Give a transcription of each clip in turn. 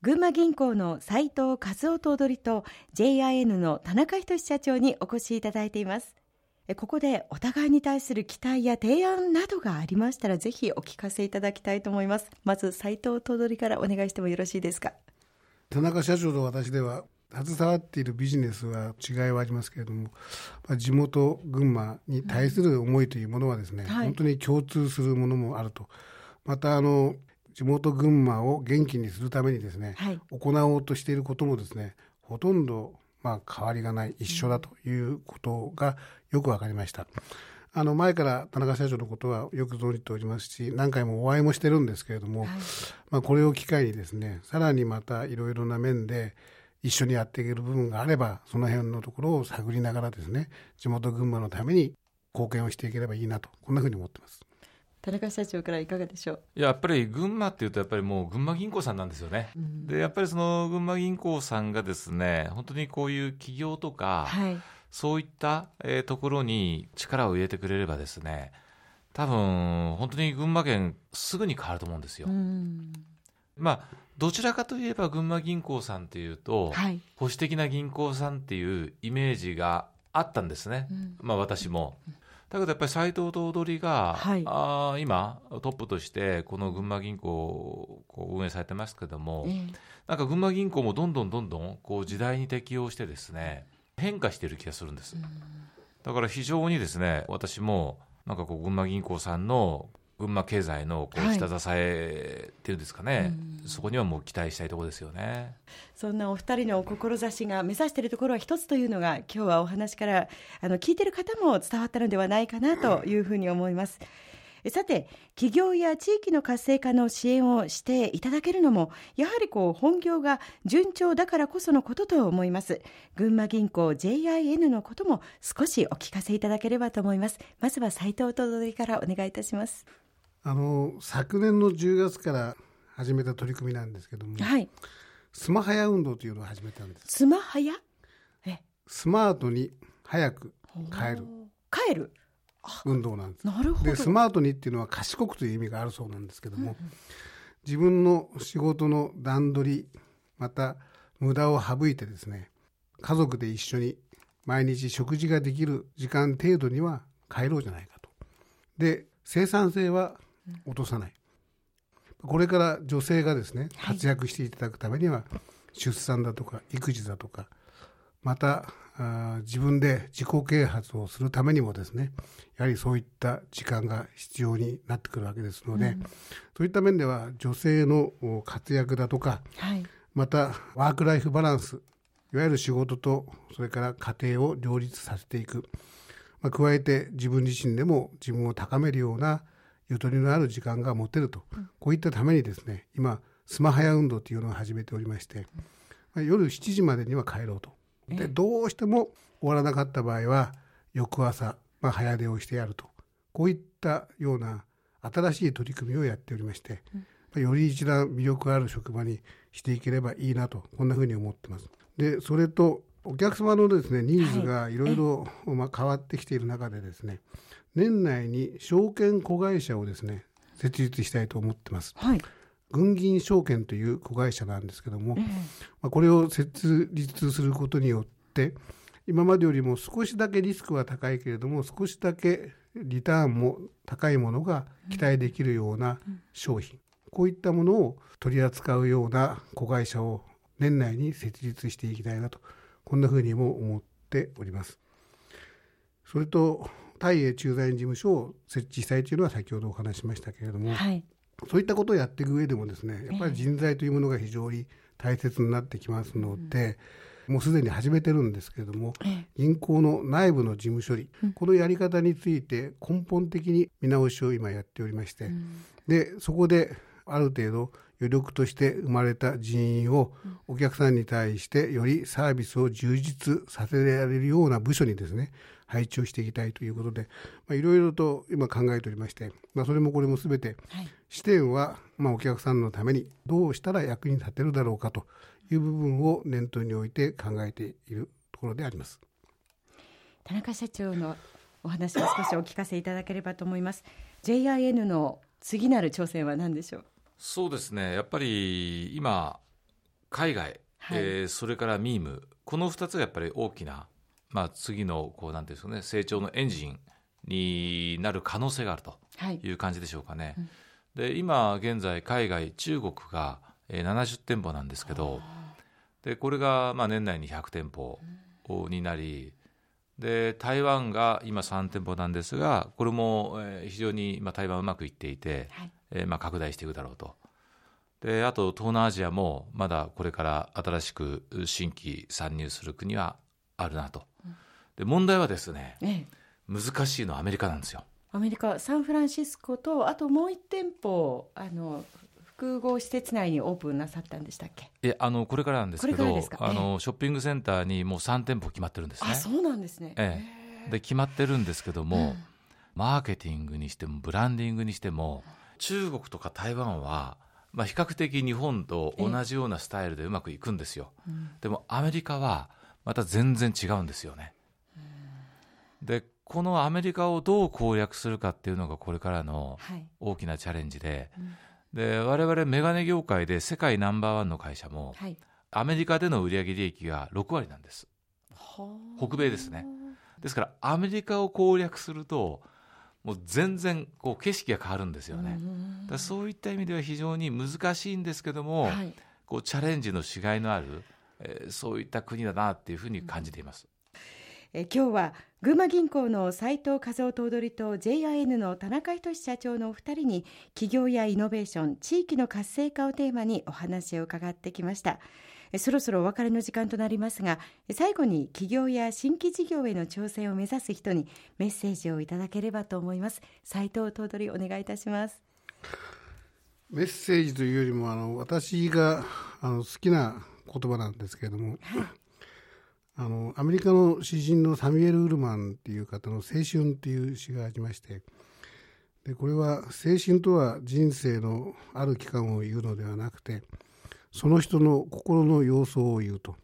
群馬銀行の斉藤和夫頭取と JIN の田中仁社長にお越しいただいています。ここでお互いに対する期待や提案などがありましたらぜひお聞かせいただきたいと思います。まず斉藤頭取からお願いしてもよろしいですか。 田中社長と私では携わっているビジネスは違いはありますけれども、地元群馬に対する思いというものはですね、本当に共通するものもあると。また地元群馬を元気にするためにですね、行おうとしていることもですね、ほとんど変わりがない、一緒だということがよくわかりました。前から田中社長のことはよく存じておりますし、何回もお会いもしてるんですけれども、これを機会にですね、さらにまたいろいろな面で一緒にやっていける部分があれば、その辺のところを探りながらですね、地元群馬のために貢献をしていければいいなと、こんなふうに思っています。 田中社長からいかがでしょう。 やっぱり群馬っていうとやっぱりもう群馬銀行さんなんですよね、でやっぱりその群馬銀行さんがですね、本当にこういう企業とか、そういった、ところに力を入れてくれればですね、多分本当に群馬県すぐに変わると思うんですよ。どちらかといえば群馬銀行さんっていうと、保守的な銀行さんっていうイメージがあったんですね、私も。だけどやっぱり斉藤頭取が、今トップとしてこの群馬銀行を運営されてますけども、なんか群馬銀行もどんどんこう時代に適応してですね、変化している気がするんです。だから非常にですね、私もなんかこう群馬銀行さんの群馬経済のこう下支えっていうんですかね、そこにはもう期待したいところですよね。 そんなお二人の志が目指しているところは一つというのが、今日はお話から聞いている方も伝わったのではないかなというふうに思います。さて、企業や地域の活性化の支援をしていただけるのもやはり本業が順調だからこそのことと思います。群馬銀行 JIN のことも少しお聞かせいただければと思います。まずは斉藤頭取からお願いいたします。 昨年の10月から始めた取り組みなんですけども、スマハヤ運動というのを始めたんです。 スマハヤ？ スマートに早く帰る運動なんです。 なるほど。 でスマートにっていうのは賢くという意味があるそうなんですけども、自分の仕事の段取り、また無駄を省いてですね、家族で一緒に毎日食事ができる時間程度には帰ろうじゃないかと。で生産性は落とさない。これから女性がですね、活躍していただくためには、出産だとか育児だとか、また自分で自己啓発をするためにもですね、やはりそういった時間が必要になってくるわけですので、そういった面では女性の活躍だとか、またワークライフバランス、いわゆる仕事とそれから家庭を両立させていく、加えて自分自身でも自分を高めるようなゆとりのある時間が持てると、こういったためにですね、今スマハヤ運動というのを始めておりまして、夜7時までには帰ろうと。でどうしても終わらなかった場合は翌朝、早出をしてやると、こういったような新しい取り組みをやっておりまして、より一段魅力ある職場にしていければいいなと、こんなふうに思ってます。でそれとお客様のですね、ニーズがいろいろ変わってきている中でですね、年内に証券子会社をですね、設立したいと思ってます。群銀証券という子会社なんですけども、これを設立することによって今までよりも少しだけリスクは高いけれども、少しだけリターンも高いものが期待できるような商品、こういったものを取り扱うような子会社を年内に設立していきたいなと、こんなふうにも思っております。それと大英駐在員事務所を設置したいというのは先ほどお話しましたけれども、そういったことをやっていく上でもですね、やっぱり人材というものが非常に大切になってきますので、もうすでに始めてるんですけれども、銀行の内部の事務処理、このやり方について根本的に見直しを今やっておりまして、でそこである程度余力として生まれた人員をお客さんに対してよりサービスを充実させられるような部署にですね、配置をしていきたいということで、いろいろと今考えておりまして、それもこれも全て、視点はお客さんのためにどうしたら役に立てるだろうかという部分を念頭に置いて考えているところであります。 田中社長のお話を少しお聞かせいただければと思います。JIN の次なる挑戦は何でしょう。 そうですね、やっぱり今海外、 はい、 それからミーム、この2つがやっぱり大きな、次のこうなんていうんですかね、成長のエンジンになる可能性があるという感じでしょうかね。で今現在海外中国が70店舗なんですけど、でこれが年内に100店舗になり、で台湾が今3店舗なんですが、これも非常に台湾うまくいっていて、拡大していくだろうと。であと東南アジアもまだこれから新しく新規参入する国はあるなと。で問題はですね、難しいのはアメリカなんですよ。 アメリカサンフランシスコと、あともう1店舗複合施設内にオープンなさったんでしたっけ？ これからなんですけど、 これからですか？ ショッピングセンターにもう3店舗決まってるんですね。 そうなんですね。 で決まってるんですけども、マーケティングにしてもブランディングにしても中国とか台湾は比較的日本と同じようなスタイルでうまくいくんですよ。でもアメリカはまた全然違うんですよね。でこのアメリカをどう攻略するかっていうのがこれからの大きなチャレンジで、で我々メガネ業界で世界ナンバーワンの会社も、アメリカでの売上利益が6割なんです。北米ですね。ですからアメリカを攻略するともう全然こう景色が変わるんですよね。だそういった意味では非常に難しいんですけども、こうチャレンジのしがいのある、そういった国だなっていうふうに感じています。 今日は群馬銀行の斉藤和夫頭取と JIN の田中仁社長のお二人に、企業やイノベーション、地域の活性化をテーマにお話を伺ってきました。そろそろお別れの時間となりますが、最後に企業や新規事業への挑戦を目指す人にメッセージをいただければと思います。斉藤頭取、お願いいたします。 メッセージというよりも私が好きな言葉なんですけれども、アメリカの詩人のサミュエル・ウルマンっていう方の青春っていう詩がありまして、でこれは青春とは人生のある期間を言うのではなくて、その人の心の様相を言うと。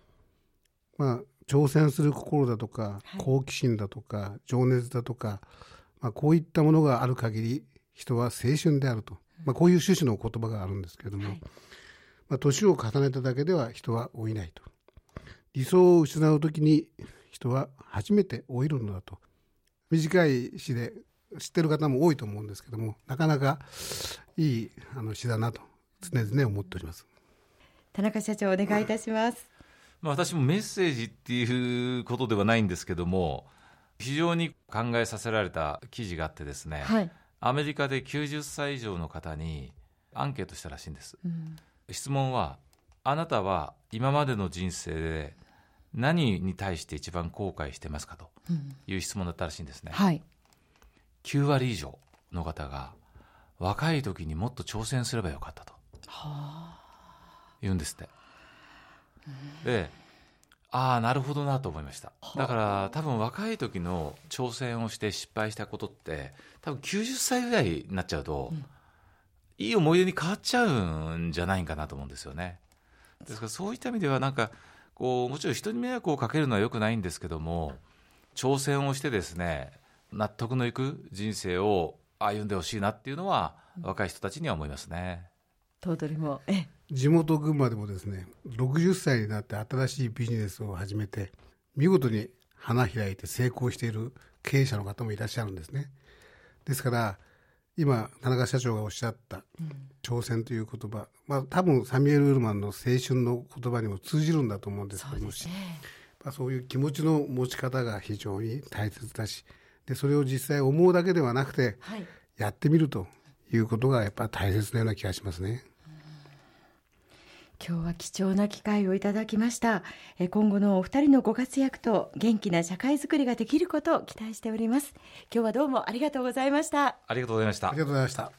挑戦する心だとか、好奇心だとか情熱だとか、こういったものがある限り人は青春であると、こういう趣旨の言葉があるんですけれども、年を重ねただけでは人は老いないと。理想を失うときに人は初めて老いるのだと。短い詩で知ってる方も多いと思うんですけども、なかなかいい詩だなと常々思っております。 田中社長、お願いいたします。 私もメッセージっていうことではないんですけども、非常に考えさせられた記事があってですね、アメリカで90歳以上の方にアンケートしたらしいんです。質問は、あなたは今までの人生で何に対して一番後悔してますかという質問だったらしいんですね。9割以上の方が若い時にもっと挑戦すればよかったと言うんですって。で、なるほどなと思いました。だから多分若い時の挑戦をして失敗したことって多分90歳ぐらいになっちゃうと、いい思い出に変わっちゃうんじゃないかなと思うんですよね。ですからそういった意味ではもちろん人に迷惑をかけるのは良くないんですけども、挑戦をしてですね、納得のいく人生を歩んでほしいなっていうのは若い人たちには思いますね。 頭取も地元群馬でもですね、60歳になって新しいビジネスを始めて見事に花開いて成功している経営者の方もいらっしゃるんですね。ですから今田中社長がおっしゃった挑戦という言葉、多分サミュエル・ウルマンの青春の言葉にも通じるんだと思うんですけども、そういう気持ちの持ち方が非常に大切だし、でそれを実際思うだけではなくて、やってみるということがやっぱり大切なような気がしますね。 今日は貴重な機会をいただきました。今後のお二人のご活躍と元気な社会づくりができることを期待しております。今日はどうもありがとうございました。 ありがとうございました。 ありがとうございました。